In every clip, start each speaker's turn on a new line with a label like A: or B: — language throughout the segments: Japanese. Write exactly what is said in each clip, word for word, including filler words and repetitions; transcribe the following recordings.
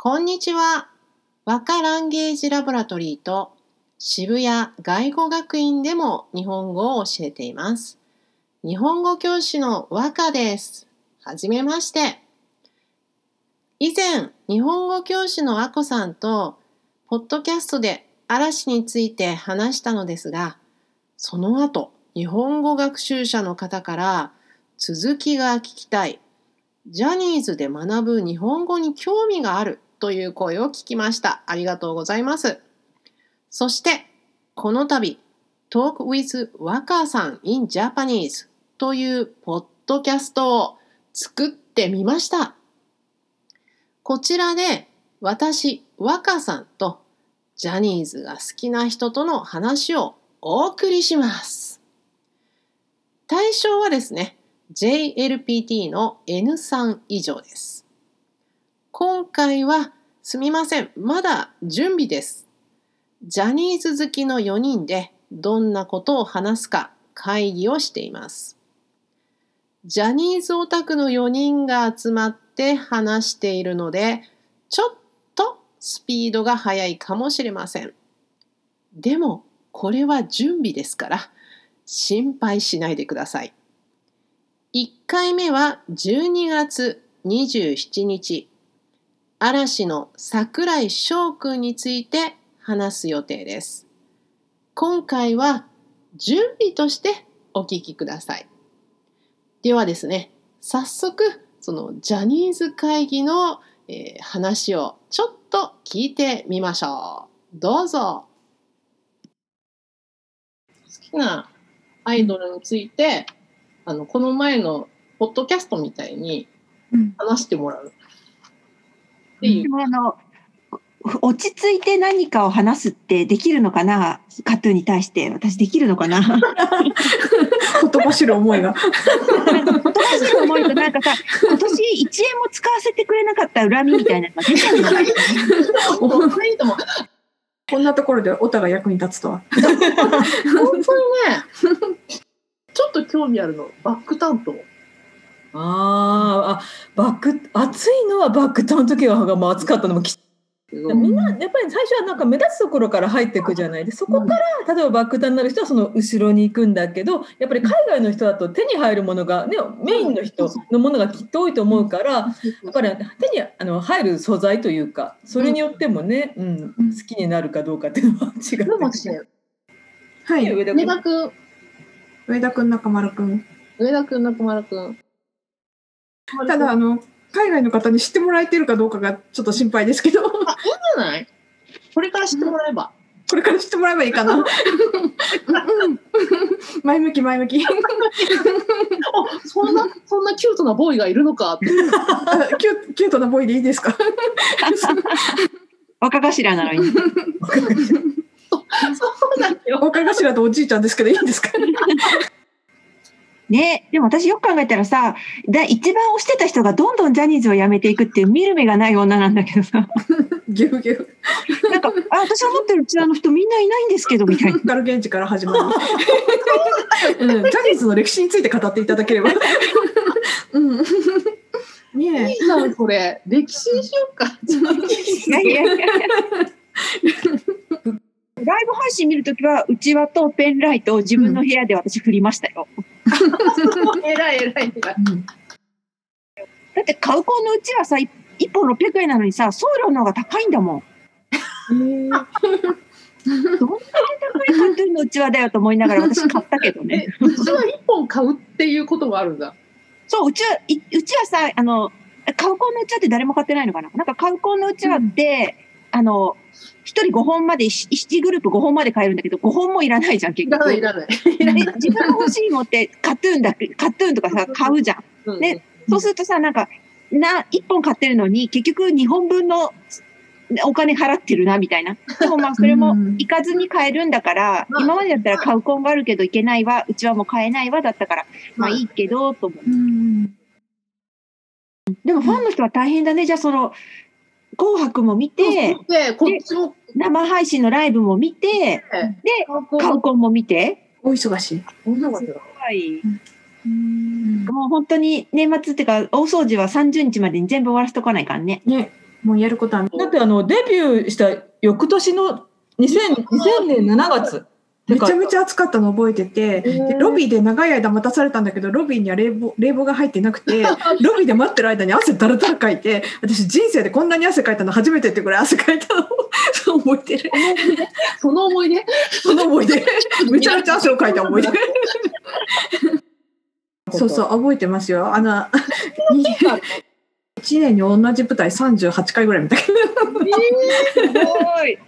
A: こんにちは。和歌ランゲージラボラトリーと渋谷外語学院でも日本語を教えています。日本語教師の和歌です。はじめまして。以前、日本語教師のあこさんとポッドキャストで嵐について話したのですが、その後、日本語学習者の方から続きが聞きたい、ジャニーズで学ぶ日本語に興味があるという声を聞きました。ありがとうございます。そして、この度、Talk with 和歌さん in Japanese というポッドキャストを作ってみました。こちらで私、和歌さんとジャニーズが好きな人との話をお送りします。対象はですね、ジェイエルピーティー の エヌスリー 以上です。今回はすみません、まだ準備です。ジャニーズ好きのよにんでどんなことを話すか会議をしています。ジャニーズオタクのよにんが集まって話しているので、ちょっとスピードが速いかもしれません。でも、これは準備ですから、心配しないでください。いっかいめはじゅうにがつにじゅうしちにち、嵐の櫻井翔くんについて話す予定です。今回は準備としてお聞きください。ではですね、早速そのジャニーズ会議の、えー、話をちょっと聞いてみましょう。どうぞ。好きなアイドルについて、あのこの前のポッドキャストみたいに話してもらう。っていう。
B: でもあの落ち着いて何かを話すってできるのかな、カトゥーに対して。私できるのかな。
C: ほとばしる思いが。
B: ほとばしる思いと、なんかさ、今年いちえんも使わせてくれなかった恨みみたいなのが出ちゃうのがいい。
C: こんなところでオタが役に立つとは。
A: 本当にね、ちょっと興味あるの、バック担当。
D: ああ、バック、暑いのはバックタウンの時はもう暑かったのもきみんなやっぱり最初はなんか目立つところから入っていくじゃないで、そこから例えばバックタウンになる人はその後ろに行くんだけど、やっぱり海外の人だと手に入るものが、ね、メインの人のものがきっと多いと思うから、やっぱり手にあの入る素材というか、それによってもね、うん、好きになるかどうかっていうのは違う。
C: はい、
A: 上田君、
C: 上田君、中丸君、
A: 上田君、中丸君。
C: ただあの海外の方に知ってもらえてるかどうかがちょっと心配ですけど。あ、いいん
A: じゃない？これから知ってもらえば。
C: これから知ってもらえばいいかな。うん、前向き前向き。あ、
A: そんなそんなキュートなボーイがいるのかって。
C: キュキュートなボーイでいいですか？
B: 若頭なのに。
A: そうなんよ。
C: 若頭とおじいちゃんですけどいいんですか？
B: ね、でも私よく考えたらさ、だ一番推してた人がどんどんジャニーズをやめていくっていう見る目がない女なんだけどさ。
C: ギュギュ。
B: なんか、あ、私が持ってるうちあの人みんないないんですけどみたいな。
C: ガルゲンジから始まる、うん。ジャニーズの歴史について語っていただければ。うん、
A: ねえ。いいじゃんこれ。歴史にしようか。
B: いやいやいやいや。ライブ配信見るときはうちわとペンライトを自分の部屋で私振りましたよ。
A: えらいえらい。だ
B: って買う子のうちはさ、いっぽんろっぴゃくえんなのにさ、送料の方が高いんだもん。どんなに高いカトゥーのうちわだよと思いながら私買ったけどね。
A: うちはいっぽん買うっていうことがあるんだ。
B: そう、うちは、うちはさ、あの、買う子のうちわって誰も買ってないのかな。なんか買う子のうちわって、うん、あの、一人ごほんまで、いちグループごほんまで買えるんだけど、ごほんもいらないじゃん、結局。
A: いらない、いらない。
B: 自分が欲しいのってカトゥーンだ、カトゥーンとかさ、買うじゃん。うん、で、そうするとさ、なんか、な、いっぽん買ってるのに、結局にほんぶんのお金払ってるな、みたいな。でもまあ、それも行かずに買えるんだから、今までだったら買う子があるけど行けないわ、うちはもう買えないわ、だったから、まあいいけど、と思う。でもファンの人は大変だね。じゃあその、紅白も見て、
A: こっちも
B: 生配信のライブも見て、で、カウコンも見て。
C: お忙しい。
B: すごい。もう本当に年末っていうか、大掃除はさんじゅうにちまでに全部終わらせとかないからね。
C: ね。 もうやることは。
D: だってあのデビューした翌年のにせんねんしちがつ。
C: めちゃめちゃ暑かったの覚えてて、でロビーで長い間待たされたんだけど、ロビーには冷房、冷房が入ってなくて、ロビーで待ってる間に汗だらだらかいて、私人生でこんなに汗かいたの初めてってぐらい汗かいたのを覚えてる。
A: その思い出
C: その思い出。めちゃめちゃ汗をかいた思い出。そうそう、覚えてますよ。あの、いちねんに同じ舞台さんじゅうはちかいぐらい見たけど。
B: えー、すごい。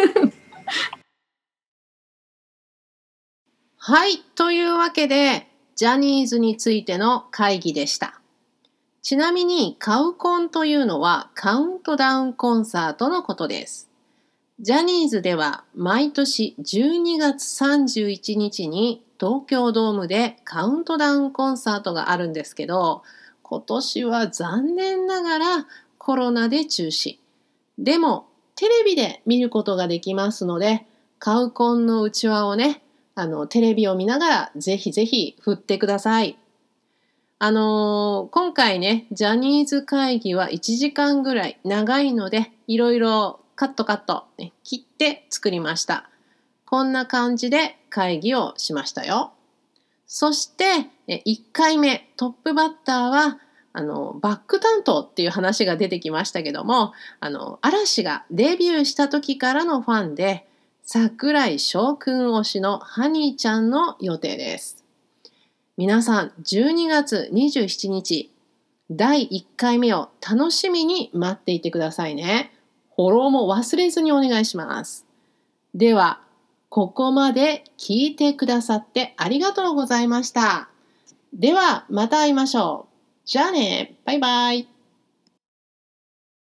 A: はい。というわけで、ジャニーズについての会議でした。ちなみに、カウコンというのはカウントダウンコンサートのことです。ジャニーズでは毎年じゅうにがつさんじゅういちにちに東京ドームでカウントダウンコンサートがあるんですけど、今年は残念ながらコロナで中止。でも、テレビで見ることができますので、カウコンのうちわをね、あの、テレビを見ながらぜひぜひ振ってください。あのー、今回ね、ジャニーズ会議はいちじかんぐらい長いので、いろいろカットカット、ね、切って作りました。こんな感じで会議をしましたよ。そして、いっかいめ、トップバッターは、あの、バック担当っていう話が出てきましたけども、あの、嵐がデビューした時からのファンで、櫻井翔くん推しのハニーちゃんの予定です。皆さん、じゅうにがつにじゅうしちにち、だいいっかいめを楽しみに待っていてくださいね。フォローも忘れずにお願いします。では、ここまで聞いてくださってありがとうございました。では、また会いましょう。じゃあね、バイバイ。